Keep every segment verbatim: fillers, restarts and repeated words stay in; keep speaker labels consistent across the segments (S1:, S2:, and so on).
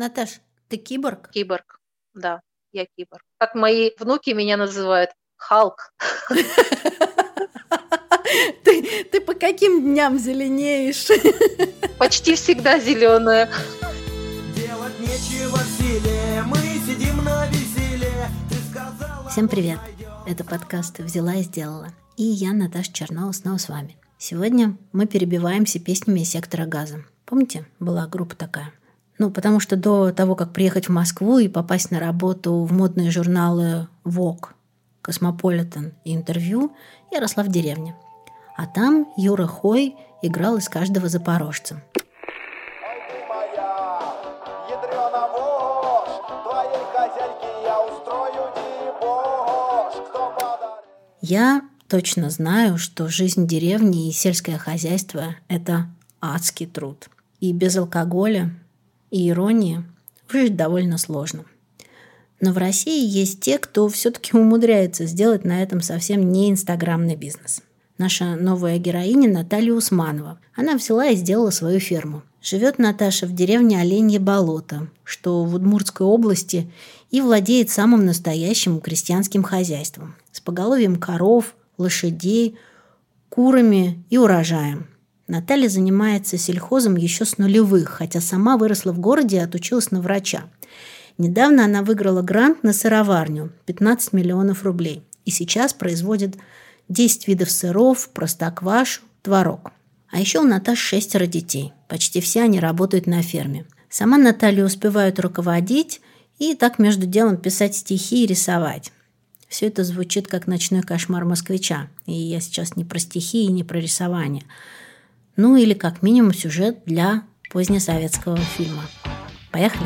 S1: Наташ, ты киборг?
S2: Киборг, да, я киборг. Как мои внуки меня называют, Халк.
S1: Ты, ты по каким дням зеленеешь?
S2: Почти всегда зеленая.
S3: Делать нечего в силе, мы сидим на веселе. Ты сказала...
S1: Всем привет! Это подкаст «Взяла и сделала». И я, Наташа Чернова, снова с вами. Сегодня мы перебиваемся песнями из «Сектора газа». Помните, была группа такая? Ну, потому что до того, как приехать в Москву и попасть на работу в модные журналы Vogue, Cosmopolitan и Интервью, я росла в деревне. А там Юра Хой играл из каждого запорожца. Я точно знаю, что жизнь деревни и сельское хозяйство – это адский труд. И без алкоголя и иронии выжить довольно сложно. Но в России есть те, кто все-таки умудряется сделать на этом совсем не инстаграмный бизнес. Наша новая героиня Наталья Усманова. Она взяла и сделала свою ферму. Живет Наташа в деревне Оленье болото, что в Удмуртской области, и владеет самым настоящим крестьянским хозяйством с поголовьем коров, лошадей, курами и урожаем. Наталья занимается сельхозом еще с нулевых, хотя сама выросла в городе и отучилась на врача. Недавно она выиграла грант на сыроварню – пятнадцать миллионов рублей. И сейчас производит десять видов сыров, простоквашу, творог. А еще у Наташи шестеро детей. Почти все они работают на ферме. Сама Наталья успевает руководить и так между делом писать стихи и рисовать. Все это звучит как ночной кошмар москвича. И я сейчас не про стихи и не про рисование. Ну или как минимум сюжет для позднесоветского фильма. Поехали!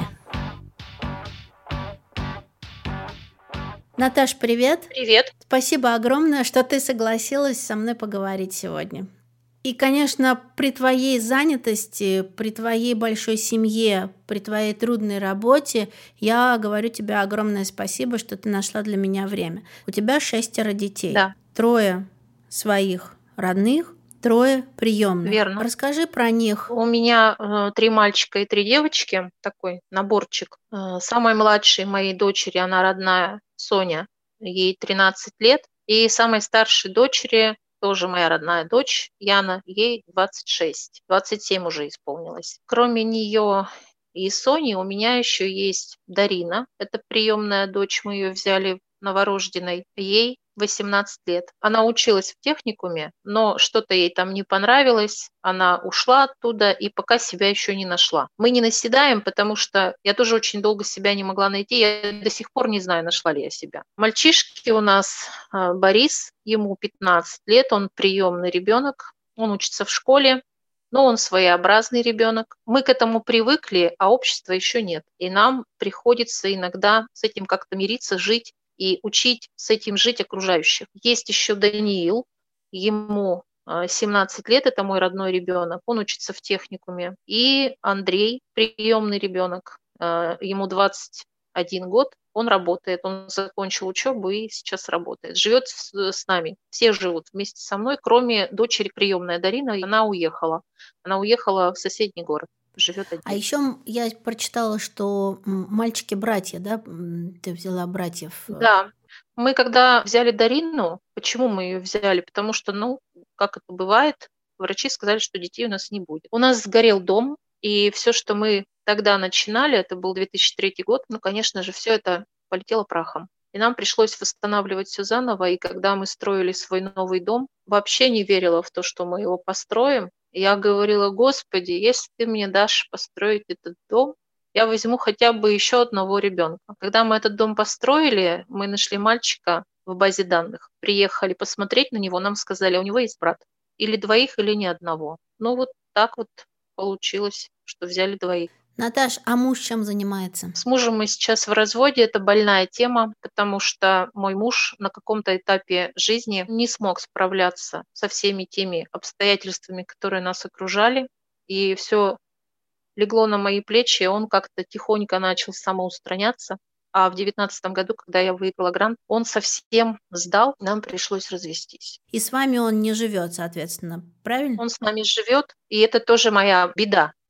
S1: Наташ, привет!
S2: Привет.
S1: Спасибо огромное, что ты согласилась со мной поговорить сегодня. И, конечно, при твоей занятости, при твоей большой семье, при твоей трудной работе я говорю тебе огромное спасибо, что ты нашла для меня время. У тебя шестеро детей.
S2: Да.
S1: Трое своих родных, трое приемных.
S2: Верно.
S1: Расскажи про них.
S2: У меня э, три мальчика и три девочки, такой наборчик. Э, самой младшей моей дочери, она родная, Соня, ей тринадцать лет. И самой старшей дочери, тоже моя родная дочь, Яна, ей двадцать шесть, двадцать семь уже исполнилось. Кроме нее и Сони у меня еще есть Дарина, это приемная дочь, мы ее взяли новорожденной, ей восемнадцать лет. Она училась в техникуме, но что-то ей там не понравилось, она ушла оттуда и пока себя еще не нашла. Мы не наседаем, потому что я тоже очень долго себя не могла найти, я до сих пор не знаю, нашла ли я себя. Мальчишки у нас, Борис, ему пятнадцать лет, он приемный ребенок, он учится в школе, но он своеобразный ребенок. Мы к этому привыкли, а общества еще нет. И нам приходится иногда с этим как-то мириться, жить и учить с этим жить окружающих. Есть еще Даниил, ему семнадцать лет, это мой родной ребенок, он учится в техникуме. И Андрей, приемный ребенок, ему двадцать один год, он работает, он закончил учебу и сейчас работает. Живет с нами, все живут вместе со мной, кроме дочери приемная Дарина, она уехала. Она уехала в соседний город. Живет один.
S1: А еще я прочитала, что мальчики-братья, да, ты взяла братьев.
S2: Да, мы когда взяли Дарину, почему мы ее взяли? Потому что, ну, как это бывает, врачи сказали, что детей у нас не будет. У нас сгорел дом, и все, что мы тогда начинали, это был две тысячи третий год, ну, конечно же, все это полетело прахом. И нам пришлось восстанавливать все заново, и когда мы строили свой новый дом, вообще не верила в то, что мы его построим. Я говорила: Господи, если ты мне дашь построить этот дом, я возьму хотя бы еще одного ребенка. Когда мы этот дом построили, мы нашли мальчика в базе данных, приехали посмотреть на него, нам сказали, у него есть брат. Или двоих, или ни одного. Ну вот так вот получилось, что взяли двоих.
S1: Наташ, а муж чем занимается?
S2: С мужем мы сейчас в разводе, это больная тема, потому что мой муж на каком-то этапе жизни не смог справляться со всеми теми обстоятельствами, которые нас окружали, и все легло на мои плечи, и он как-то тихонько начал самоустраняться. А в девятнадцатом году, когда я выиграла грант, он совсем сдал, нам пришлось развестись.
S1: И с вами он не живет, соответственно, правильно?
S2: Он с нами живет, и это тоже моя беда.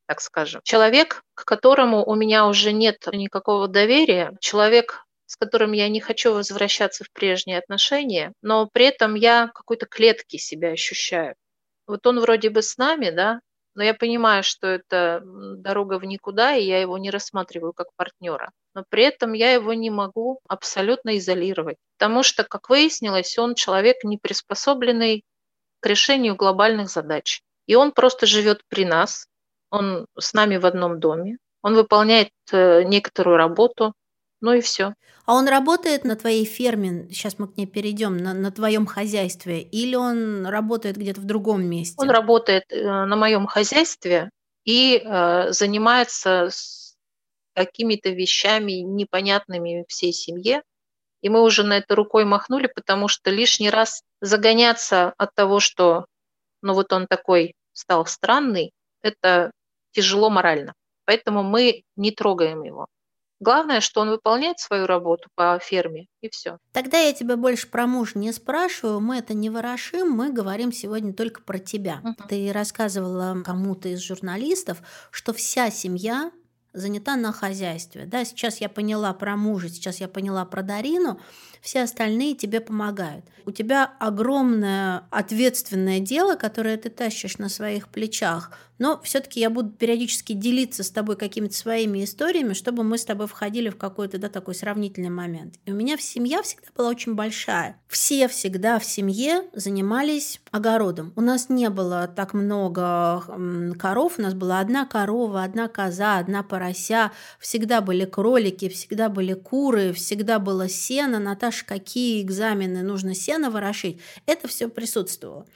S2: так скажем. Человек, к которому у меня уже нет никакого доверия, человек, с которым я не хочу возвращаться в прежние отношения, но при этом я в какой-то клетке себя ощущаю. Вот он вроде бы с нами, да, но я понимаю, что это м, дорога в никуда, и я его не рассматриваю как партнера. Но при этом я его не могу абсолютно изолировать, потому что, как выяснилось, он человек не приспособленный к решению глобальных задач. И он просто живет при нас, он с нами в одном доме, он выполняет э, некоторую работу, ну и все.
S1: А он работает на твоей ферме, сейчас мы к ней перейдем, на, на твоем хозяйстве, или он работает где-то в другом
S2: Он
S1: месте?
S2: работает э, на моем хозяйстве и э, занимается с какими-то вещами непонятными всей семье. И мы уже на это рукой махнули, потому что лишний раз загоняться от того, что ну вот он такой стал странный, это тяжело морально. Поэтому мы не трогаем его. Главное, что он выполняет свою работу по ферме, и все.
S1: Тогда я тебя больше про мужа не спрашиваю, мы это не ворошим, мы говорим сегодня только про тебя. Ты рассказывала кому-то из журналистов, что вся семья занята на хозяйстве. Да, сейчас я поняла про мужа, сейчас я поняла про Дарину, все остальные тебе помогают. У тебя огромное ответственное дело, которое ты тащишь на своих плечах, но все-таки я буду периодически делиться с тобой какими-то своими историями, чтобы мы с тобой входили в какой-то, да, такой сравнительный момент. И у меня семья всегда была очень большая. Все всегда в семье занимались огородом. У нас не было так много м, коров, у нас была одна корова, одна коза, одна порося. Всегда были кролики, всегда были куры, всегда было сено. Наташа, какие экзамены нужно сено ворошить? Это все присутствовало.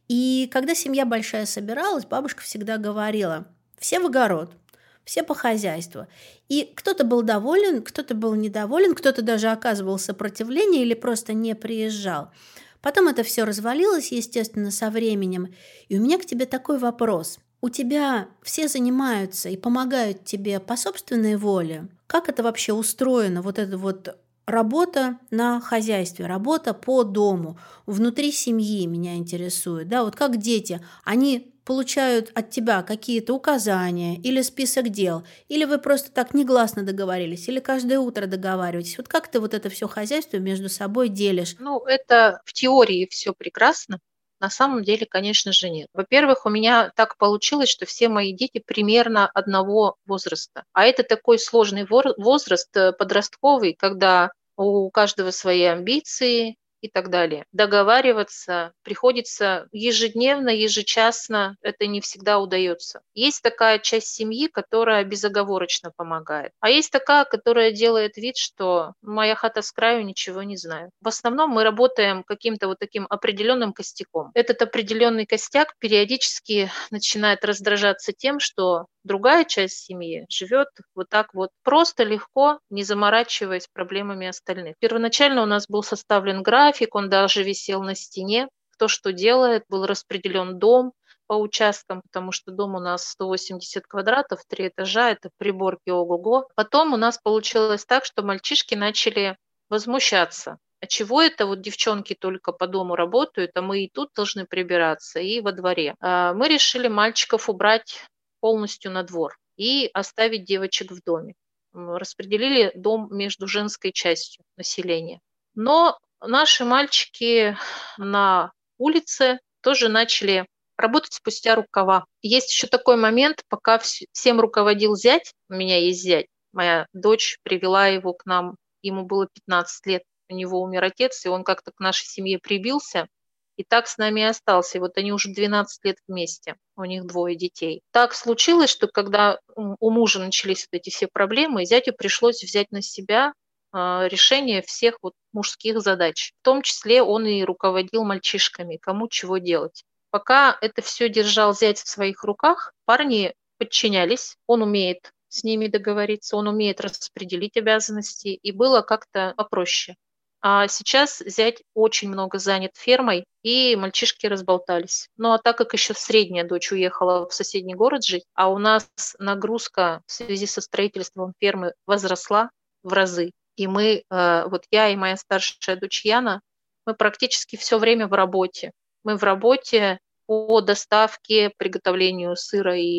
S1: И когда семья большая собиралась, бабушка всегда говорила: все в огород, все по хозяйству. И кто-то был доволен, кто-то был недоволен, кто-то даже оказывал сопротивление или просто не приезжал. Потом это все развалилось, естественно, со временем. И у меня к тебе такой вопрос. У тебя все занимаются и помогают тебе по собственной воле? Как это вообще устроено, вот это вот работа на хозяйстве, работа по дому, внутри семьи меня интересует, да, вот как дети, они получают от тебя какие-то указания или список дел, или вы просто так негласно договорились, или каждое утро договариваетесь, вот как ты вот это все хозяйство между собой делишь?
S2: Ну, это в теории все прекрасно. На самом деле, конечно же, нет. Во-первых, у меня так получилось, что все мои дети примерно одного возраста. А это такой сложный вор- возраст э, подростковый, когда у каждого свои амбиции и так далее. Договариваться приходится ежедневно, ежечасно. Это не всегда удается. Есть такая часть семьи, которая безоговорочно помогает. А есть такая, которая делает вид, что моя хата с краю, ничего не знаю. В основном мы работаем каким-то вот таким определенным костяком. Этот определенный костяк периодически начинает раздражаться тем, что другая часть семьи живет вот так вот просто, легко, не заморачиваясь проблемами остальных. Первоначально у нас был составлен график, он даже висел на стене. Кто что делает, был распределен дом по участкам, потому что дом у нас сто восемьдесят квадратов, три этажа, это приборки ого-го. Потом у нас получилось так, что мальчишки начали возмущаться. А чего это вот девчонки только по дому работают, а мы и тут должны прибираться, и во дворе. А мы решили мальчиков убрать полностью на двор и оставить девочек в доме. М, Распределили дом между женской частью населения. Но наши мальчики на улице тоже начали работать спустя рукава. Есть еще такой момент, пока вс- всем руководил зять, у меня есть зять, моя дочь привела его к нам, ему было пятнадцать лет, у него умер отец, и он как-то к нашей семье прибился, и так с нами и остался. И вот они уже двенадцать лет вместе, у них двое детей. Так случилось, что когда м, у мужа начались вот эти все проблемы, зятю пришлось взять на себя а, решение всех вот мужских задач. В том числе он и руководил мальчишками, кому чего делать. Пока это все держал зять в своих руках, парни подчинялись, он умеет с ними договориться, он умеет распределить обязанности, и было как-то попроще. А сейчас зять очень много занят фермой, и мальчишки разболтались. Ну а так как еще средняя дочь уехала в соседний город жить, а у нас нагрузка в связи со строительством фермы возросла в разы, и мы, э, вот я и моя старшая дочь Яна, мы практически все время в работе. Мы в работе по доставке, приготовлению сыра и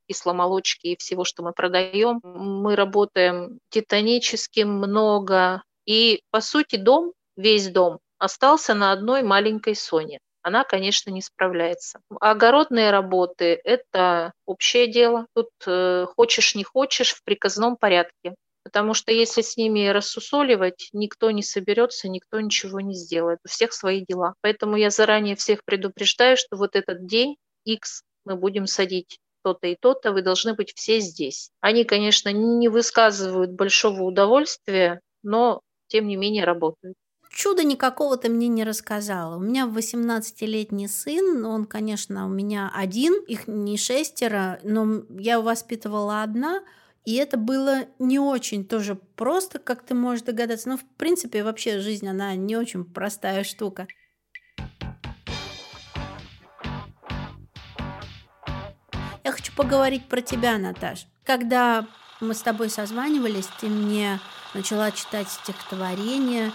S2: кисломолочки и всего, что мы продаем. Мы работаем титанически много. И, по сути, дом, весь дом, остался на одной маленькой Соне. Она, конечно, не справляется. Огородные работы– это общее дело. Тут э, хочешь не хочешь в приказном порядке. Потому что если с ними рассусоливать, никто не соберется, никто ничего не сделает. У всех свои дела. Поэтому я заранее всех предупреждаю, что вот этот день X мы будем садить то-то и то-то, вы должны быть все здесь. Они, конечно, не высказывают большого удовольствия, но тем не менее работают.
S1: Чуда никакого ты мне не рассказала. У меня восемнадцатилетний сын, он, конечно, у меня один, их не шестеро, но я его воспитывала одна, и это было не очень тоже просто, как ты можешь догадаться. Но, в принципе, вообще жизнь, она не очень простая штука. Я хочу поговорить про тебя, Наташ. Когда мы с тобой созванивались, ты мне начала читать стихотворение.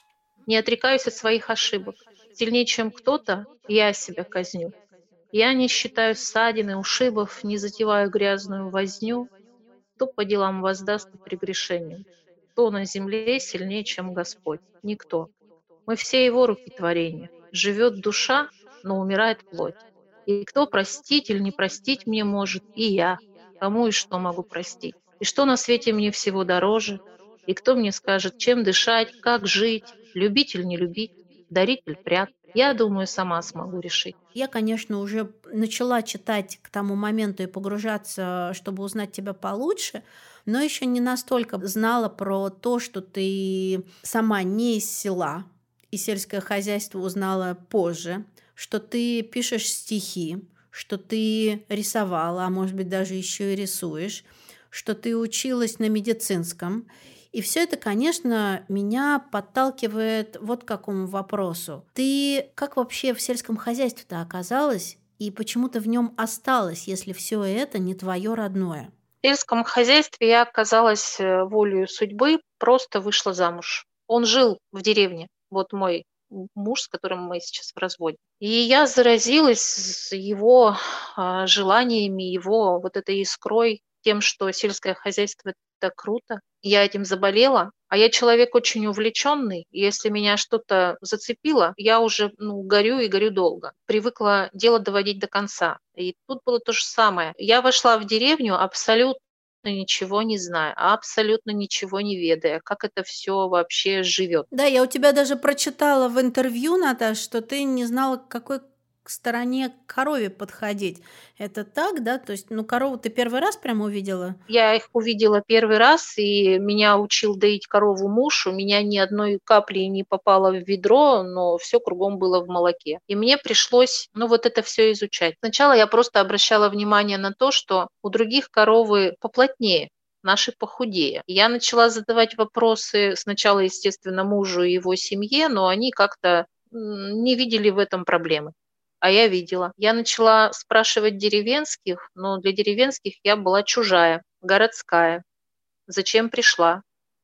S2: Не отрекаюсь от своих ошибок. Сильнее, чем кто-то, я себя казню. Я не считаю ссадин и ушибов, не затеваю грязную возню. Кто по делам воздаст и прегрешениям? Кто на земле сильнее, чем Господь? Никто. Мы все Его руки творения. Живет душа, но умирает плоть. И кто простить или не простить мне может, и я. Кому и что могу простить? И что на свете мне всего дороже? И кто мне скажет, чем дышать, как жить, любить или не любить, дарить или прятать? Я думаю, сама смогу решить.
S1: Я, конечно, уже начала читать к тому моменту и погружаться, чтобы узнать тебя получше, но еще не настолько знала про то, что ты сама не из села, и сельское хозяйство узнала позже, что ты пишешь стихи, что ты рисовала, а может быть даже еще и рисуешь, что ты училась на медицинском. И все это, конечно, меня подталкивает вот к какому вопросу. Ты как вообще в сельском хозяйстве-то оказалась и почему ты в нем осталась, если все это не твое родное?
S2: В сельском хозяйстве я оказалась э, волею судьбы, просто вышла замуж. Он жил в деревне, вот мой муж, с которым мы сейчас в разводе. И я заразилась с его а, желаниями, его вот этой искрой, тем, что сельское хозяйство– это круто. Я этим заболела, а я человек очень увлеченный. И если меня что-то зацепило, я уже ну, горю и горю долго. Привыкла дело доводить до конца. И тут было то же самое. Я вошла в деревню абсолютно ничего не зная, абсолютно ничего не ведая, как это все вообще живет.
S1: Да, я у тебя даже прочитала в интервью, Наташ, что ты не знала, к какой к стороне к корове подходить. Это так, да? То есть, ну, корову ты первый раз прям увидела?
S2: Я их увидела первый раз, и меня учил доить корову муж. У меня ни одной капли не попало в ведро, но все кругом было в молоке. И мне пришлось, ну, вот это все изучать. Сначала я просто обращала внимание на то, что у других коровы поплотнее, наши похудее. Я начала задавать вопросы сначала, естественно, мужу и его семье, но они как-то м, не видели в этом проблемы. А я видела. Я начала спрашивать деревенских, но для деревенских я была чужая, городская. Зачем пришла?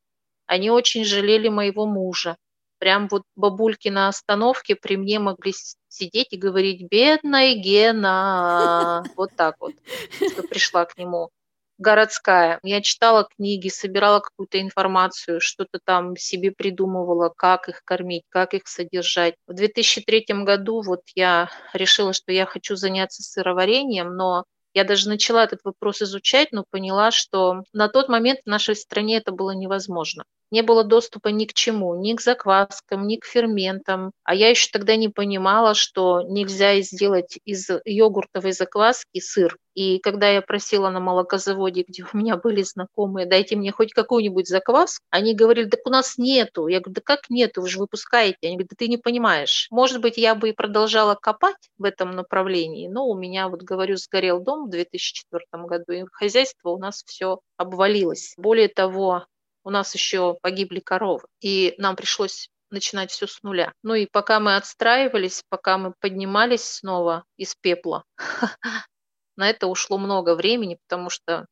S2: Они очень жалели моего мужа. Прям вот бабульки на остановке при мне могли с- сидеть и говорить «бедная Гена», вот так вот, что пришла к нему. Городская. Я читала книги, собирала какую-то информацию, что-то там себе придумывала, как их кормить, как их содержать. В две тысячи третьем году вот я решила, что я хочу заняться сыроварением, но я даже начала этот вопрос изучать, но поняла, что на тот момент в нашей стране это было невозможно. Не было доступа ни к чему, ни к закваскам, ни к ферментам. А я еще тогда не понимала, что нельзя сделать из йогуртовой закваски сыр. И когда я просила на молокозаводе, где у меня были знакомые, дайте мне хоть какую-нибудь закваску, они говорили, так у нас нету. Я говорю, да как нету, вы же выпускаете. Они говорят, да ты не понимаешь. Может быть, я бы и продолжала копать в этом направлении, но у меня, вот говорю, сгорел дом в две тысячи четвёртом году, и хозяйство у нас все обвалилось. Более того, у нас еще погибли коровы, и нам пришлось начинать все с нуля. Ну и пока мы отстраивались, пока мы поднимались снова из пепла, на это ушло много времени, потому что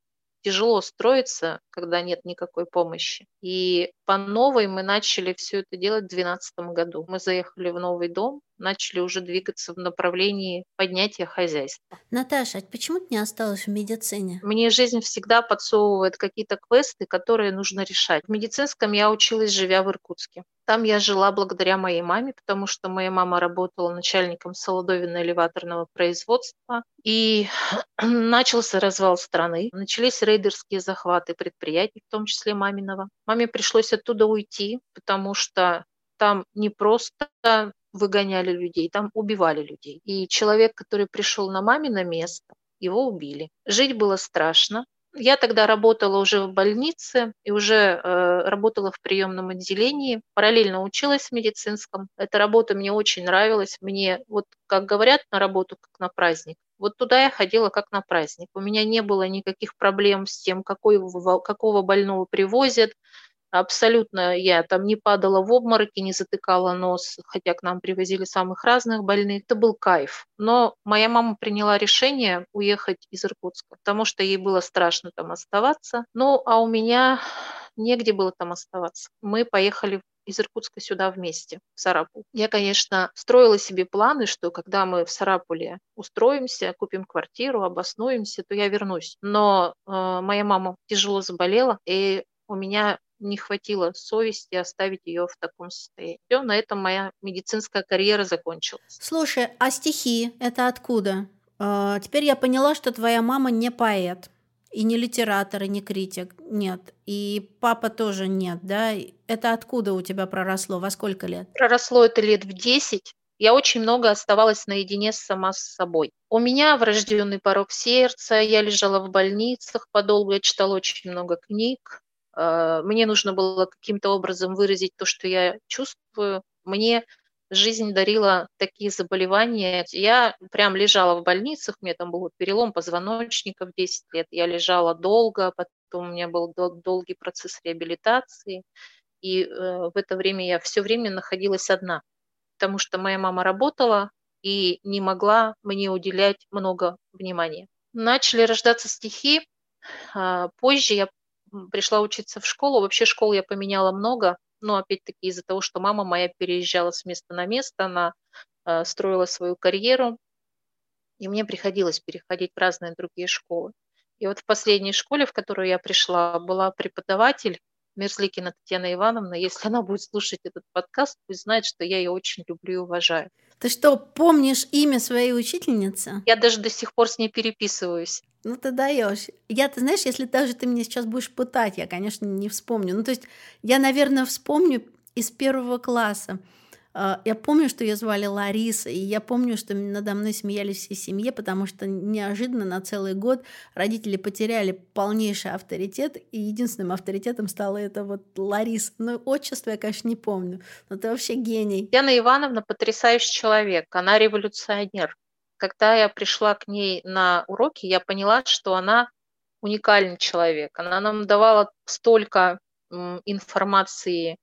S2: тяжело строится, когда нет никакой помощи. И по новой мы начали все это делать в две тысячи двенадцатом году. Мы заехали в новый дом, начали уже двигаться в направлении поднятия хозяйства.
S1: Наташа, а почему ты не осталась в медицине?
S2: Мне жизнь всегда подсовывает какие-то квесты, которые нужно решать. В медицинском я училась, живя в Иркутске. Там я жила благодаря моей маме, потому что моя мама работала начальником солодовинно-элеваторного производства. И начался развал страны. Начались рейдерские захваты предприятий, в том числе маминого. Маме пришлось оттуда уйти, потому что там не просто выгоняли людей, там убивали людей. И человек, который пришел на мамино место, его убили. Жить было страшно. Я тогда работала уже в больнице и уже э, работала в приемном отделении, параллельно училась в медицинском. Эта работа мне очень нравилась. Мне, вот как говорят, на работу как на праздник. Вот туда я ходила как на праздник. У меня не было никаких проблем с тем, какой, какого больного привозят. Абсолютно я там не падала в обмороки, не затыкала нос, хотя к нам привозили самых разных больных. Это был кайф. Но моя мама приняла решение уехать из Иркутска, потому что ей было страшно там оставаться. Ну, а у меня негде было там оставаться. Мы поехали из Иркутска сюда вместе, в Сарапул. Я, конечно, строила себе планы, что когда мы в Сарапуле устроимся, купим квартиру, обоснуемся, то я вернусь. Но э, моя мама тяжело заболела, и у меня не хватило совести оставить ее в таком состоянии. Все, на этом моя медицинская карьера закончилась.
S1: Слушай, а стихи это откуда? А, теперь я поняла, что твоя мама не поэт, и не литератор, и не критик, нет. И папа тоже нет, да? Это откуда у тебя проросло? Во сколько лет?
S2: Проросло это лет в десять. Я очень много оставалась наедине сама с собой. У меня врожденный порок сердца, я лежала в больницах подолгу, я читала очень много книг. Мне нужно было каким-то образом выразить то, что я чувствую. Мне жизнь дарила такие заболевания. Я прям лежала в больницах, у меня там был перелом позвоночника в десять лет. Я лежала долго, потом у меня был дол- долгий процесс реабилитации. И э, в это время я все время находилась одна, потому что моя мама работала и не могла мне уделять много внимания. Начали рождаться стихи. А, Позже я м, пришла учиться в школу. Вообще школ я поменяла много, но опять-таки из-за того, что мама моя переезжала с места на место, она э, строила свою карьеру, и мне приходилось переходить в разные другие школы. И вот в последней школе, в которую я пришла, была преподаватель Мерзликина Татьяна Ивановна. Если она будет слушать этот подкаст, пусть знает, что я ее очень люблю и уважаю.
S1: Ты что, помнишь имя своей учительницы?
S2: Я даже до сих пор с ней переписываюсь.
S1: Ну, ты даешь. Я, ты знаешь, если даже ты меня сейчас будешь пытать, я, конечно, не вспомню. Ну, то есть я, наверное, вспомню из первого класса. А, Я помню, что ее звали Лариса, и я помню, что надо мной смеялись всей семье, потому что неожиданно на целый год родители потеряли полнейший авторитет, и единственным авторитетом стала это вот Лариса. Ну, отчество я, конечно, не помню, но ты вообще гений.
S2: Татьяна Ивановна потрясающий человек, она революционер. Когда я пришла к ней на уроки, я поняла, что она уникальный человек. Она нам давала столько м, информации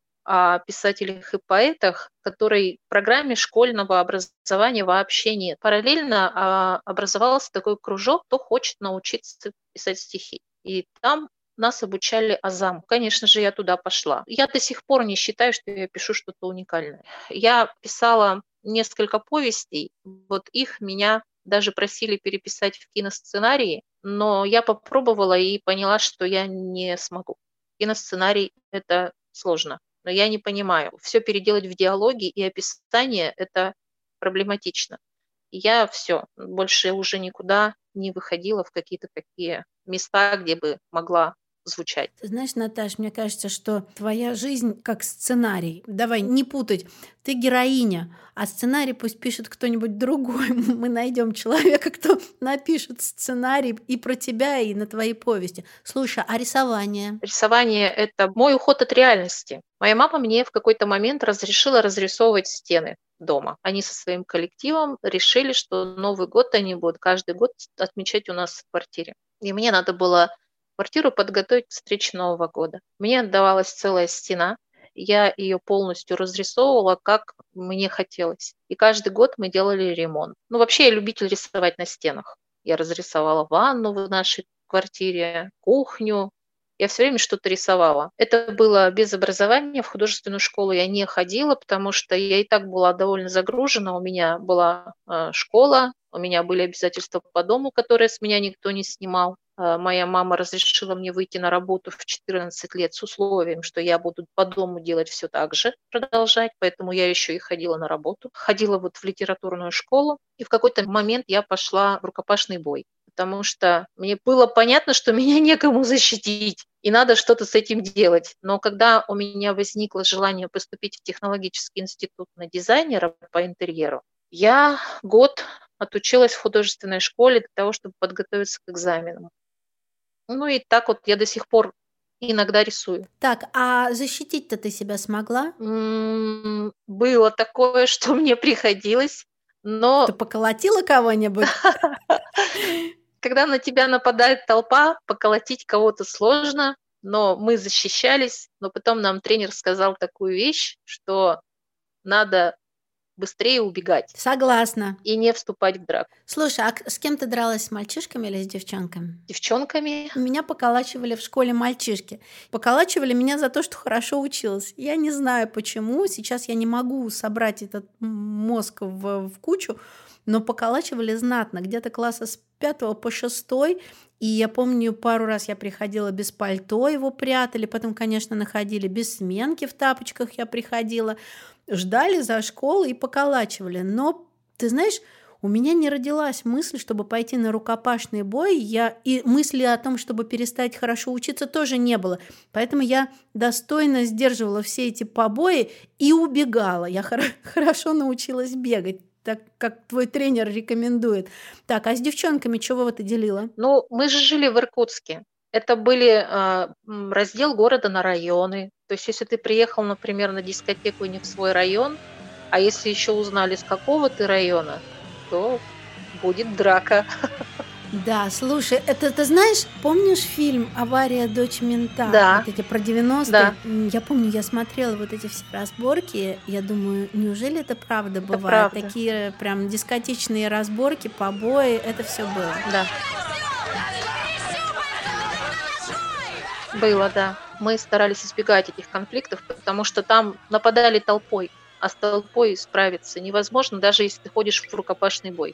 S2: о писателях и поэтах, которой в программе школьного образования вообще нет. Параллельно а, образовался такой кружок, кто хочет научиться писать стихи. И там нас обучали азам. Конечно же, я туда пошла. Я до сих пор не считаю, что я пишу что-то уникальное. Я писала несколько повестей, вот их меня даже просили переписать в киносценарии, но я попробовала и поняла, что я не смогу. Киносценарий – это сложно, но я не понимаю. Все переделать в диалоги и описание – это проблематично. И я все, больше уже никуда не выходила в какие-то такие места, где бы могла звучать.
S1: Ты знаешь, Наташ, мне кажется, что твоя жизнь как сценарий. Давай не путать. Ты героиня, а сценарий пусть пишет кто-нибудь другой. Мы найдем человека, кто напишет сценарий и про тебя, и на твои повести. Слушай, а рисование?
S2: Рисование – это мой уход от реальности. Моя мама мне в какой-то момент разрешила разрисовывать стены дома. Они со своим коллективом решили, что Новый год они будут каждый год отмечать у нас в квартире. И мне надо было квартиру подготовить к встрече Нового года. Мне отдавалась целая стена, я ее полностью разрисовывала, как мне хотелось. И каждый год мы делали ремонт. Ну, вообще, я любитель рисовать на стенах. Я разрисовала ванну в нашей в квартире, кухню. Я все время что-то рисовала. Это было без образования, в художественную школу я не ходила, потому что я и так была довольно загружена. У меня была э, школа, у меня были обязательства по дому, которые с меня никто не снимал. Э, Моя мама разрешила мне выйти на работу в четырнадцать лет с условием, что я буду по дому делать все так же, продолжать. Поэтому я еще и ходила на работу. Ходила вот в литературную школу. И в какой-то момент я пошла в рукопашный бой, потому что мне было понятно, что меня некому защитить, и надо что-то с этим делать. Но когда у меня возникло желание поступить в технологический институт на дизайнера по интерьеру, я год отучилась в художественной школе для того, чтобы подготовиться к экзаменам. Ну и так вот я до сих пор иногда рисую.
S1: Так, а защитить-то ты себя смогла?
S2: М, Было такое, что мне приходилось,
S1: Ты
S2: но
S1: поколотила кого-нибудь?
S2: когда на тебя нападает толпа, поколотить кого-то сложно, но мы защищались, но потом нам тренер сказал такую вещь, что надо быстрее убегать
S1: Согласна.
S2: и не вступать в драку.
S1: Слушай, а к- с кем ты дралась, с мальчишками или с девчонками?
S2: Девчонками,
S1: Меня поколачивали в школе мальчишки. Поколачивали меня за то, что хорошо училась. Я не знаю почему. Сейчас я не могу собрать этот м, мозг в, в кучу, но поколачивали знатно. Где-то класса с пятого по шестой. И я помню, пару раз я приходила без пальто, его прятали. Потом, конечно, находили без сменки, в тапочках я приходила. Ждали за школой и поколачивали. Но, ты знаешь, у меня не родилась мысль, чтобы пойти на рукопашный бой, я и мысли о том, чтобы перестать хорошо учиться, тоже не было. Поэтому я достойно сдерживала все эти побои и убегала. Я хор- хорошо научилась бегать, так как твой тренер рекомендует. Так, а с девчонками чего ты делила?
S2: ну, мы же жили в Иркутске. Это были а, м, раздел города на районы. То есть, если ты приехал, например, на дискотеку не в свой район, а если еще узнали, с какого ты района, то будет драка.
S1: Да, слушай, это ты знаешь, помнишь фильм «Авария. Дочь мента»?
S2: Да,
S1: Вот эти про девяностые.
S2: да,
S1: М, Я помню, я смотрела вот эти все разборки. Я думаю, неужели это правда
S2: это
S1: бывает?
S2: правда.
S1: Такие прям дискотечные разборки, побои, это все было.
S2: Да, было, да. Мы старались избегать этих конфликтов, потому что там нападали толпой, а с толпой справиться невозможно, даже если ты ходишь в рукопашный бой.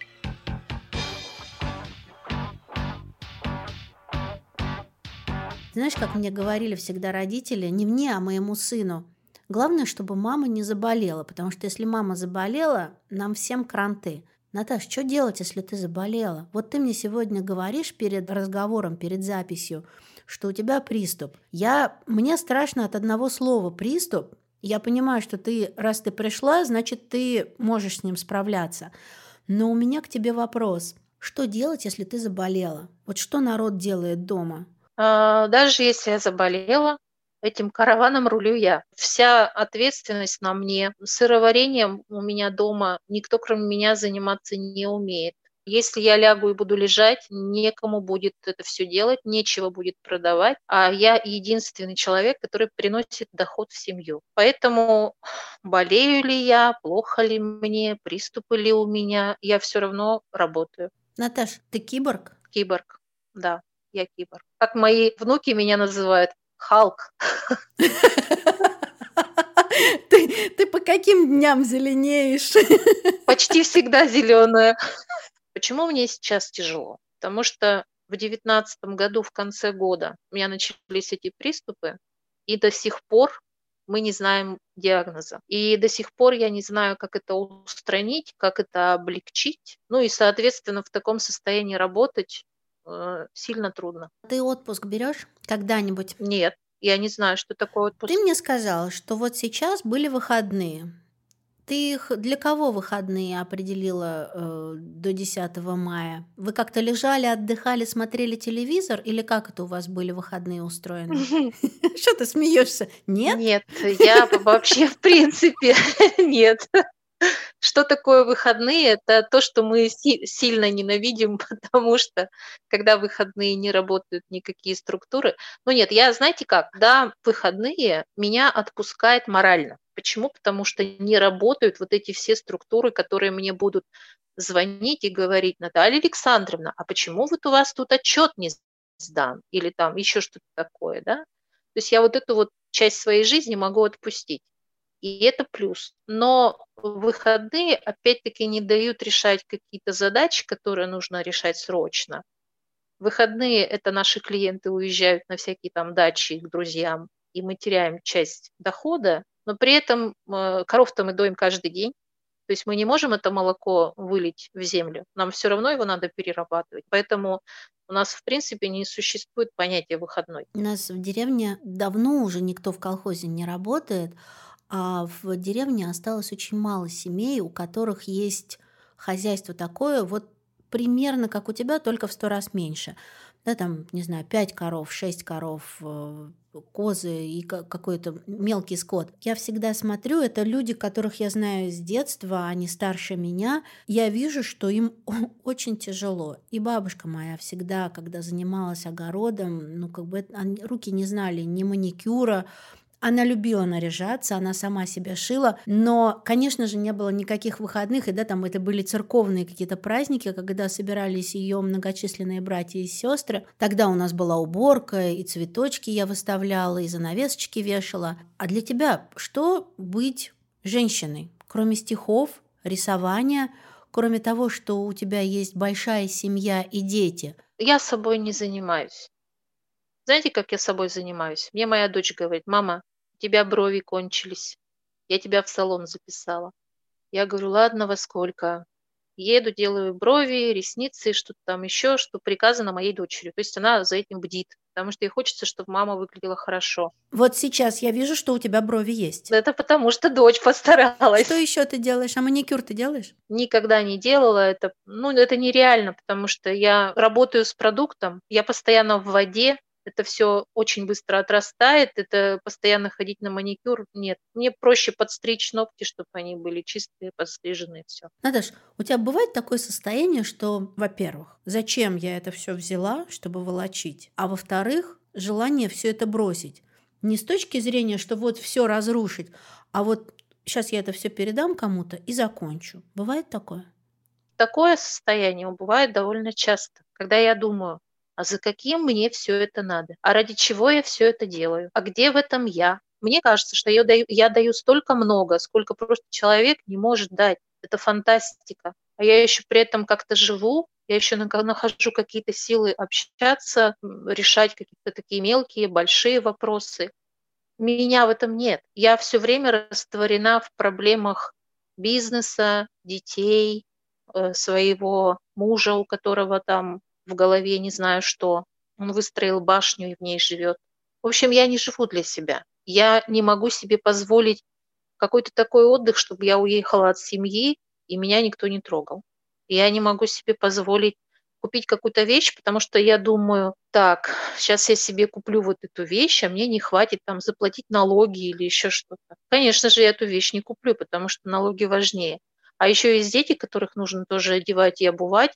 S1: Знаешь, как мне говорили всегда родители, не мне, а моему сыну, главное, чтобы мама не заболела, потому что если мама заболела, нам всем кранты. Наташ, что делать, если ты заболела? Вот ты мне сегодня говоришь перед разговором, перед записью, что у тебя приступ. Я, мне страшно от одного слова «приступ». Я понимаю, что ты, раз ты пришла, значит, ты можешь с ним справляться. Но у меня к тебе вопрос. Что делать, если ты заболела? Вот что народ делает дома?
S2: А, Даже если я заболела, этим караваном рулю я. Вся ответственность на мне. Сыроварением у меня дома никто, кроме меня, заниматься не умеет. Если я лягу и буду лежать, некому будет это все делать, нечего будет продавать, а я единственный человек, который приносит доход в семью. Поэтому болею ли я, плохо ли мне, приступы ли у меня, я все равно работаю.
S1: Наташ, ты киборг?
S2: Киборг, да, я киборг. Как мои внуки меня называют, Халк.
S1: Ты, ты по каким дням зеленеешь?
S2: Почти всегда зеленая. Почему мне сейчас тяжело? Потому что в девятнадцатом году, в конце года, у меня начались эти приступы, и до сих пор мы не знаем диагноза. И до сих пор я не знаю, как это устранить, как это облегчить. Ну и, соответственно, в таком состоянии работать э, сильно трудно.
S1: Ты отпуск берешь когда-нибудь?
S2: Нет, я не знаю, что такое
S1: Ты
S2: отпуск.
S1: мне сказала, что вот сейчас были выходные. Ты их для кого выходные определила э, до десятого мая? Вы как-то лежали, отдыхали, смотрели телевизор, или как это у вас были выходные устроены? Что ты смеешься? Нет?
S2: Нет, я вообще в принципе нет. Что такое выходные? Это то, что мы си- сильно ненавидим, потому что когда выходные не работают никакие структуры. Ну нет, я, знаете как, да, выходные меня отпускает морально. Почему? Потому что не работают вот эти все структуры, которые мне будут звонить и говорить: Наталья Александровна, а почему вот у вас тут отчет не сдан или там еще что-то такое, да. То есть я вот эту вот часть своей жизни могу отпустить. И это плюс. Но выходные, опять-таки, не дают решать какие-то задачи, которые нужно решать срочно. Выходные – это наши клиенты уезжают на всякие там дачи к друзьям, и мы теряем часть дохода, но при этом э, коров-то мы доим каждый день. То есть мы не можем это молоко вылить в землю, нам все равно его надо перерабатывать. Поэтому у нас, в принципе, не существует понятия выходной.
S1: У нас в деревне давно уже никто в колхозе не работает, а в деревне осталось очень мало семей, у которых есть хозяйство такое, вот примерно как у тебя, только в сто раз меньше. Да, там, не знаю, пять коров, шесть коров, э, козы и ка- какой-то мелкий скот. Я всегда смотрю, это люди, которых я знаю с детства, они старше меня. Я вижу, что им очень тяжело. И бабушка моя всегда, когда занималась огородом, ну, как бы это- они- руки не знали ни маникюра. Она любила наряжаться, она сама себя шила, но, конечно же, не было никаких выходных, и да, там это были церковные какие-то праздники, когда собирались ее многочисленные братья и сестры. Тогда у нас была уборка, и цветочки я выставляла, и занавесочки вешала. А для тебя что быть женщиной? Кроме стихов, рисования, кроме того, что у тебя есть большая семья и дети.
S2: Я собой не занимаюсь. Знаете, как я собой занимаюсь? Мне моя дочь говорит: мама, у тебя брови кончились, я тебя в салон записала. Я говорю: ладно, во сколько? Еду, делаю брови, ресницы, что-то там еще, что приказано моей дочери. То есть она за этим бдит, потому что ей хочется, чтобы мама выглядела хорошо.
S1: Вот сейчас я вижу, что у тебя брови есть.
S2: Это потому что дочь постаралась.
S1: Что еще ты делаешь? А маникюр ты делаешь?
S2: Никогда не делала это. Ну, это нереально, потому что я работаю с продуктом, я постоянно в воде, это все очень быстро отрастает, это постоянно ходить на маникюр. Нет, мне проще подстричь ногти, чтобы они были чистые, подстриженные, все.
S1: Наташ, у тебя бывает такое состояние, что, во-первых, зачем я это все взяла, чтобы волочить, а во-вторых, желание все это бросить. Не с точки зрения, что вот все разрушить, а вот сейчас я это все передам кому-то и закончу. Бывает такое?
S2: Такое состояние бывает довольно часто, когда я думаю: а за каким мне все это надо? А ради чего я все это делаю? А где в этом я? Мне кажется, что я даю, я даю столько много, сколько просто человек не может дать. Это фантастика. А я еще при этом как-то живу, я еще нахожу какие-то силы общаться, м, решать какие-то такие мелкие, большие вопросы. Меня в этом нет. Я все время растворена в проблемах бизнеса, детей, э, своего мужа, у которого там в голове не знаю что. Он выстроил башню и в ней живет. В общем, я не живу для себя. Я не могу себе позволить какой-то такой отдых, чтобы я уехала от семьи, и меня никто не трогал. Я не могу себе позволить купить какую-то вещь, потому что я думаю: так, сейчас я себе куплю вот эту вещь, а мне не хватит там заплатить налоги или еще что-то. Конечно же, я эту вещь не куплю, потому что налоги важнее. А еще есть дети, которых нужно тоже одевать и обувать.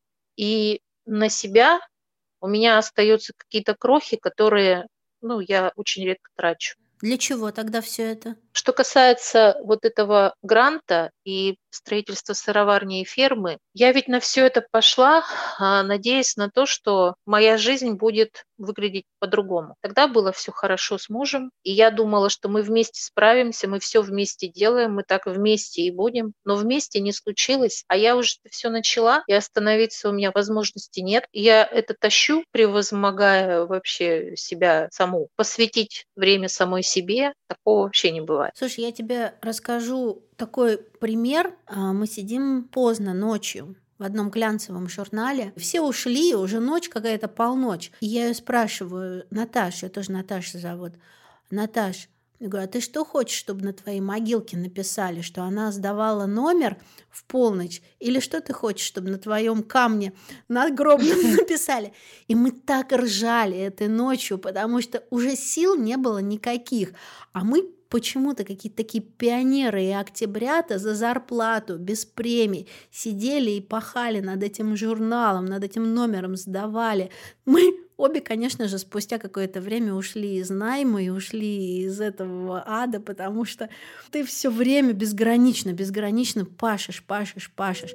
S2: И на себя у меня остаются какие-то крохи, которые, ну, я очень редко трачу.
S1: Для чего тогда все это?
S2: Что касается вот этого гранта и строительства сыроварни и фермы, я ведь на все это пошла, а, надеясь на то, что моя жизнь будет выглядеть по-другому. Тогда было все хорошо с мужем, и я думала, что мы вместе справимся, мы все вместе делаем, мы так вместе и будем. Но вместе не случилось, а я уже все начала, и остановиться у меня возможности нет. И я это тащу, превозмогая вообще себя саму. Посвятить время самой себе такого вообще не бывает.
S1: Слушай, я тебе расскажу такой пример. А, Мы сидим поздно ночью в одном глянцевом журнале. Все ушли, уже ночь какая-то, полночь. И я ее спрашиваю: Наташа, ее тоже Наташа зовут. Наташ, я говорю: а ты что хочешь, чтобы на твоей могилке написали, что она сдавала номер в полночь? Или что ты хочешь, чтобы на твоем камне надгробном написали? И мы так ржали этой ночью, потому что уже сил не было никаких. А мы почему-то какие-то такие пионеры и октябрята за зарплату, без премий, сидели и пахали над этим журналом, над этим номером, сдавали. Мы обе, конечно же, спустя какое-то время ушли из найма и ушли из этого ада, потому что ты все время безгранично, безгранично пашешь, пашешь, пашешь.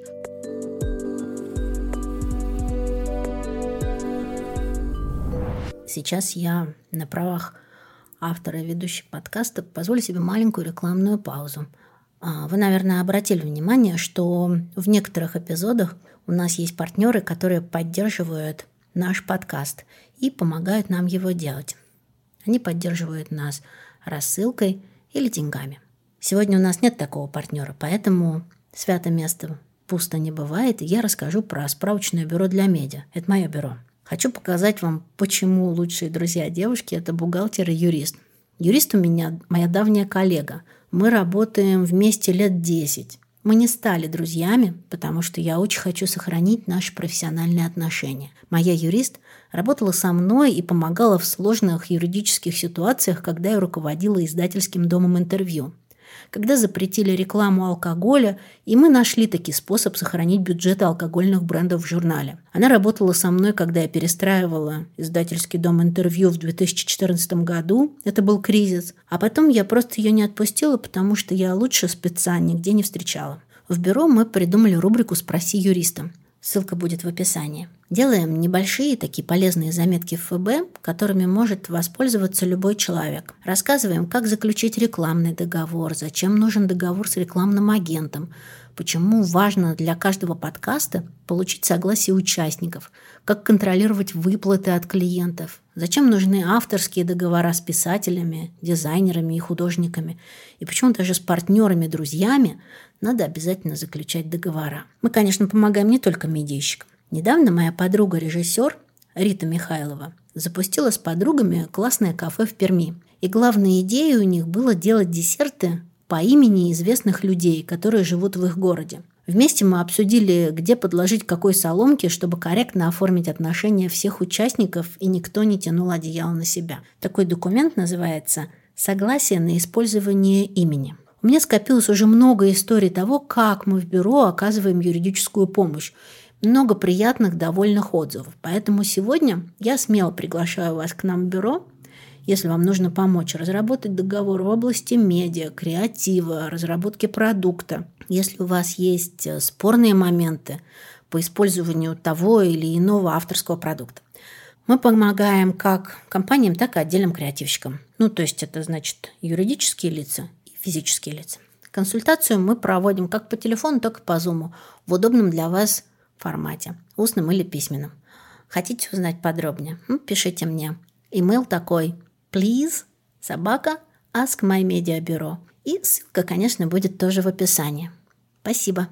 S1: сейчас я на правах автора и ведущей подкаста позволю себе маленькую рекламную паузу. Вы, наверное, обратили внимание, что в некоторых эпизодах у нас есть партнеры, которые поддерживают наш подкаст и помогают нам его делать. Они поддерживают нас рассылкой или деньгами. Сегодня у нас нет такого партнера, поэтому свято место пусто не бывает, и я расскажу про справочное бюро для медиа. Это мое бюро. Хочу показать вам, почему лучшие друзья девушки – это бухгалтер и юрист. Юрист у меня моя давняя коллега. Мы работаем вместе лет десять. Мы не стали друзьями, потому что я очень хочу сохранить наши профессиональные отношения. Моя юрист работала со мной и помогала в сложных юридических ситуациях, когда я руководила издательским домом «Интервью». Когда запретили рекламу алкоголя, и мы нашли таки способ сохранить бюджеты алкогольных брендов в журнале. Она работала со мной, когда я перестраивала издательский дом «Интервью» в две тысячи четырнадцатом году. Это был кризис. А потом я просто ее не отпустила, потому что я лучше спеца нигде не встречала. В бюро мы придумали рубрику «Спроси юриста». Ссылка будет в описании. Делаем небольшие такие полезные заметки в эф бэ, которыми может воспользоваться любой человек. Рассказываем, как заключить рекламный договор, зачем нужен договор с рекламным агентом, почему важно для каждого подкаста получить согласие участников, как контролировать выплаты от клиентов, зачем нужны авторские договора с писателями, дизайнерами и художниками, и почему даже с партнерами, друзьями надо обязательно заключать договора. Мы, конечно, помогаем не только медийщикам. Недавно моя подруга-режиссер Рита Михайлова запустила с подругами классное кафе в Перми. И главной идеей у них было делать десерты по имени известных людей, которые живут в их городе. Вместе мы обсудили, где подложить какой соломки, чтобы корректно оформить отношения всех участников, и никто не тянул одеяло на себя. Такой документ называется «Согласие на использование имени». У меня скопилось уже много историй того, как мы в бюро оказываем юридическую помощь. Много приятных, довольных отзывов. Поэтому сегодня я смело приглашаю вас к нам в бюро, если вам нужно помочь разработать договор в области медиа, креатива, разработки продукта. Если у вас есть спорные моменты по использованию того или иного авторского продукта. Мы помогаем как компаниям, так и отдельным креативщикам. Ну, то есть это значит юридические лица, физические лица. Консультацию мы проводим как по телефону, так и по Zoom в удобном для вас формате, устном или письменном. Хотите узнать подробнее? Ну, пишите мне. Имейл такой: please собака ask my media bureau. И ссылка, конечно, будет тоже в описании. Спасибо.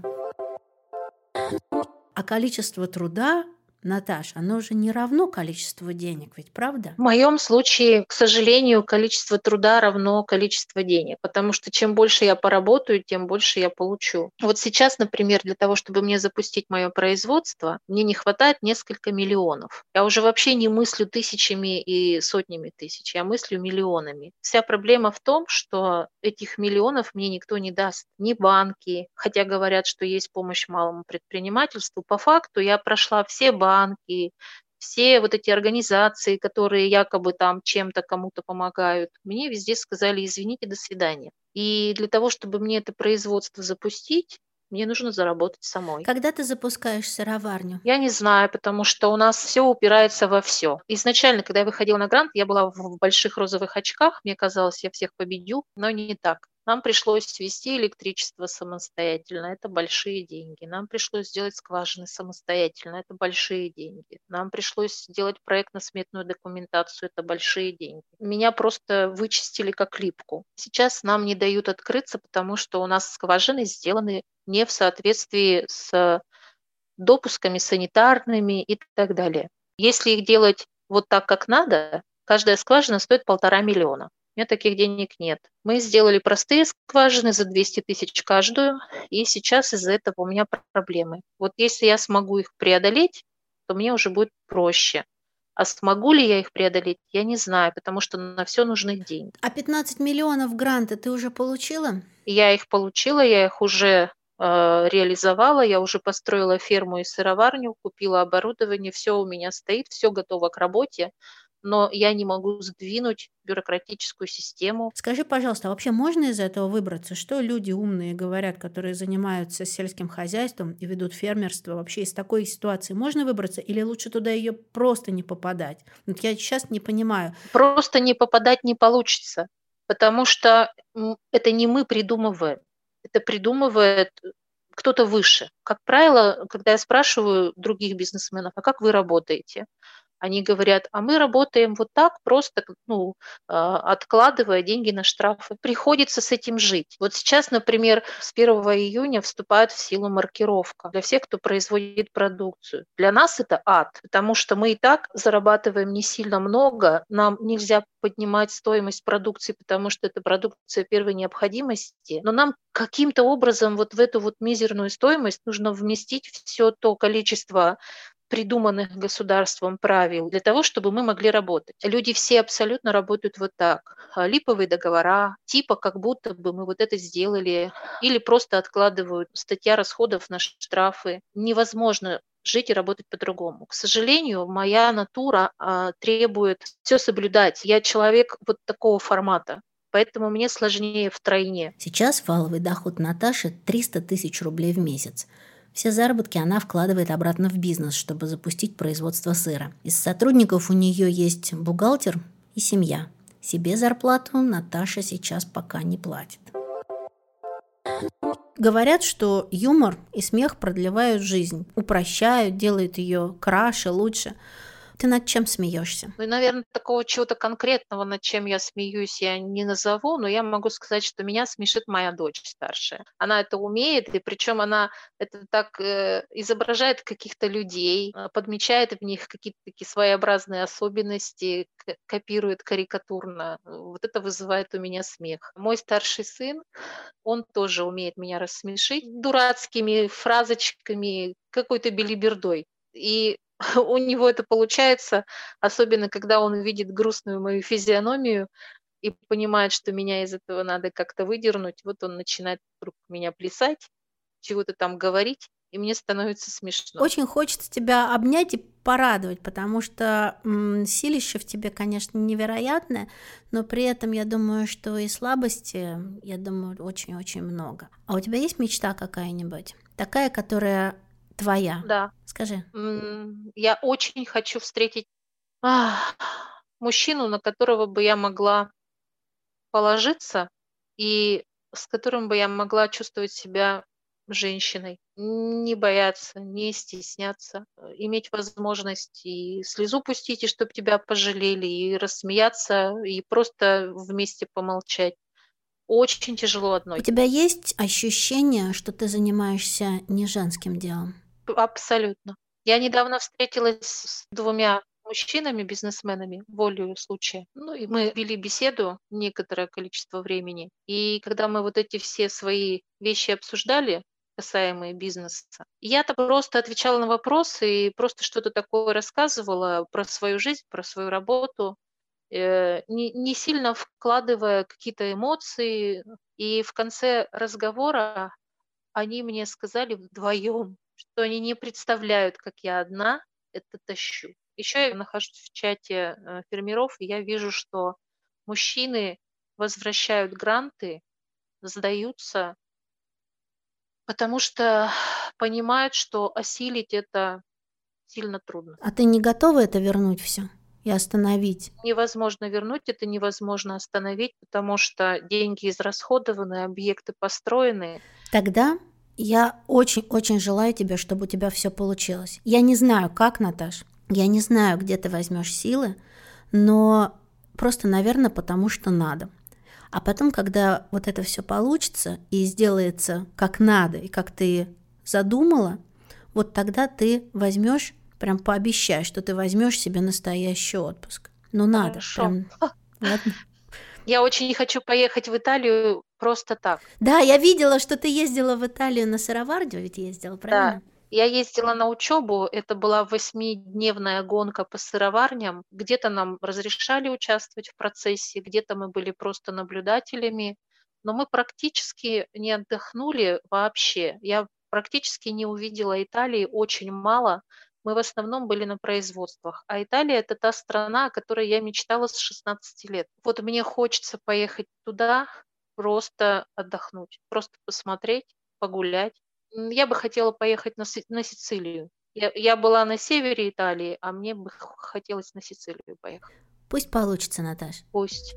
S1: А количество труда, Наташ, оно же не равно количеству денег, ведь правда?
S2: В моем случае, к сожалению, количество труда равно количеству денег, потому что чем больше я поработаю, тем больше я получу. Вот сейчас, например, для того, чтобы мне запустить мое производство, мне не хватает несколько миллионов. Я уже вообще не мыслю тысячами и сотнями тысяч, я мыслю миллионами. Вся проблема в том, что этих миллионов мне никто не даст, ни банки, хотя говорят, что есть помощь малому предпринимательству. По факту я прошла все банки, банки, все вот эти организации, которые якобы там чем-то кому-то помогают, мне везде сказали: извините, до свидания. И для того, чтобы мне это производство запустить, мне нужно заработать самой.
S1: Когда ты запускаешь сыроварню?
S2: Я не знаю, потому что у нас все упирается во все. Изначально, когда я выходила на грант, я была в больших розовых очках, мне казалось, я всех победю, но не так. Нам пришлось ввести электричество самостоятельно, это большие деньги. Нам пришлось сделать скважины самостоятельно, это большие деньги. Нам пришлось сделать проектно-сметную документацию, это большие деньги. Меня просто вычистили как липку. Сейчас нам не дают открыться, потому что у нас скважины сделаны не в соответствии с допусками санитарными и так далее. Если их делать вот так, как надо, каждая скважина стоит полтора миллиона. У меня таких денег нет. Мы сделали простые скважины за двести тысяч каждую, и сейчас из-за этого у меня проблемы. Вот если я смогу их преодолеть, то мне уже будет проще. А смогу ли я их преодолеть, я не знаю, потому что на все нужны деньги.
S1: А пятнадцать миллионов гранта ты уже получила?
S2: Я их получила, я их уже э, реализовала, я уже построила ферму и сыроварню, купила оборудование, все у меня стоит, все готово к работе. но я не могу сдвинуть бюрократическую систему.
S1: Скажи, пожалуйста, а вообще можно из этого выбраться? Что люди умные говорят, которые занимаются сельским хозяйством и ведут фермерство? Вообще из такой ситуации можно выбраться или лучше туда ее просто не попадать? Вот я сейчас не понимаю.
S2: Просто не попадать не получится, потому что м, это не мы придумываем, это придумывает кто-то выше. Как правило, когда я спрашиваю других бизнесменов, а как вы работаете? Они говорят, а мы работаем вот так, просто к- ну, а, откладывая деньги на штрафы. Приходится с этим жить. Вот сейчас, например, с первого июня вступает в силу маркировка для всех, кто производит продукцию. Для нас это ад, потому что мы и так зарабатываем не сильно много, нам нельзя поднимать стоимость продукции, потому что это продукция первой необходимости, но нам каким-то образом вот в эту вот мизерную стоимость нужно вместить все то количество придуманных государством правил для того, чтобы мы могли работать. Люди все абсолютно работают вот так. А, Липовые договора, типа как будто бы мы вот это сделали, или просто откладывают статья расходов на штрафы. Невозможно жить и работать по-другому. К сожалению, моя натура а, требует все соблюдать. Я человек вот такого формата. Поэтому мне сложнее втройне.
S1: Сейчас валовый доход Наташи триста тысяч рублей в месяц. Все заработки она вкладывает обратно в бизнес, чтобы запустить производство сыра. Из сотрудников у нее есть бухгалтер и семья. Себе зарплату Наташа сейчас пока не платит. Говорят, что юмор и смех продлевают жизнь, упрощают, делают ее краше, лучше. Ты над чем смеешься?
S2: Ну, и, наверное, такого чего-то конкретного, над чем я смеюсь, я не назову, но я могу сказать, что меня смешит моя дочь старшая. Она это умеет, и причем она это так э, изображает каких-то людей, э, подмечает в них какие-то такие своеобразные особенности, к- копирует карикатурно. Вот это вызывает у меня смех. Мой старший сын, он тоже умеет меня рассмешить дурацкими фразочками, какой-то белибердой. И у него это получается, особенно когда он видит грустную мою физиономию и понимает, что меня из этого надо как-то выдернуть. Вот он начинает вокруг меня плясать, чего-то там говорить, и мне становится смешно.
S1: Очень хочется тебя обнять и порадовать, потому что м, силище в тебе, конечно, невероятное, но при этом я думаю, что и слабости, я думаю, очень-очень много. А у тебя есть мечта какая-нибудь? Такая, которая твоя?
S2: Да,
S1: Скажи.
S2: м, я очень хочу встретить ах, мужчину, на которого бы я могла положиться и с которым бы я могла чувствовать себя женщиной. Не бояться, не стесняться, э, иметь возможность и слезу пустить, и чтоб тебя пожалели, и рассмеяться, и просто вместе помолчать. Очень тяжело
S1: У
S2: одной.
S1: тебя есть ощущение, что ты занимаешься не женским делом?
S2: П Абсолютно. Я недавно встретилась с двумя мужчинами, бизнесменами, волею случая. Ну, и мы вели беседу некоторое количество времени. И когда мы вот эти все свои вещи обсуждали, касаемые бизнеса, я-то просто отвечала на вопросы и просто что-то такое рассказывала про свою жизнь, про свою работу, э, не не сильно вкладывая какие-то эмоции. И в конце разговора они мне сказали вдвоем, что они не представляют, как я одна это тащу. Еще я нахожусь в чате, э, фермеров, и я вижу, что мужчины возвращают гранты, сдаются, потому что понимают, что осилить это сильно трудно.
S1: А ты не готова это вернуть все и остановить?
S2: Невозможно вернуть, это невозможно остановить, потому что деньги израсходованы, объекты построены.
S1: Тогда я очень-очень желаю тебе, чтобы у тебя все получилось. Я не знаю, как, Наташ, я не знаю, где ты возьмешь силы, но просто, наверное, потому что надо. А потом, когда вот это все получится и сделается как надо, и как ты задумала, вот тогда ты возьмешь, прям пообещай, что ты возьмешь себе настоящий отпуск. Ну надо,
S2: Хорошо.
S1: прям, ладно?
S2: Я очень хочу поехать в Италию просто так.
S1: Да, я видела, что ты ездила в Италию на сыроварню, ведь ездила,
S2: Да,
S1: правильно?
S2: я ездила на учебу, это была восьмидневная гонка по сыроварням. Где-то нам разрешали участвовать в процессе, где-то мы были просто наблюдателями, но мы практически не отдохнули вообще. Я практически не увидела Италии, очень мало. Мы в основном были на производствах. А Италия – это та страна, о которой я мечтала с шестнадцати лет. Вот мне хочется поехать туда, просто отдохнуть, просто посмотреть, погулять. М, Я бы хотела поехать на, Си- на Сицилию. Я, я была на севере Италии, а мне бы х- хотелось на Сицилию поехать.
S1: Пусть получится, Наташ.
S2: Пусть.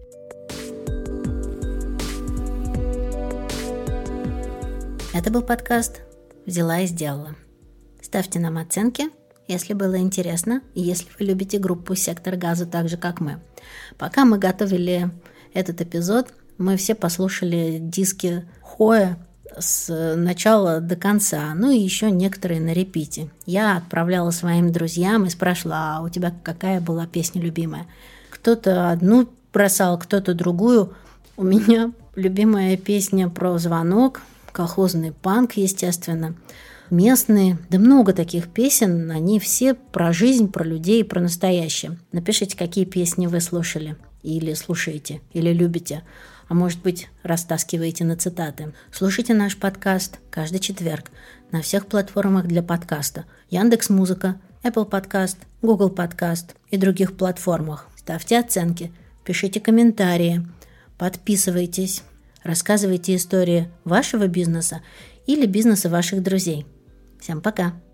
S1: Это был подкаст «Взяла и сделала». Ставьте нам оценки, если было интересно, и если вы любите группу «Сектор газа» так же, как мы. Пока мы готовили этот эпизод, мы все послушали диски Хоя с начала до конца, ну и еще некоторые на репите. Я отправляла своим друзьям и спрашивала, а у тебя какая была песня любимая? Кто-то одну бросал, кто-то другую. У меня любимая песня про звонок, колхозный панк, естественно, местные. Да много таких песен, они все про жизнь, про людей, про настоящее. Напишите, какие песни вы слушали, или слушаете, или любите. А может быть, растаскиваете на цитаты. Слушайте наш подкаст каждый четверг на всех платформах для подкаста. Яндекс.Музыка, Apple Podcast, Google Podcast и других платформах. Ставьте оценки, пишите комментарии, подписывайтесь, рассказывайте истории вашего бизнеса или бизнеса ваших друзей. Всем пока!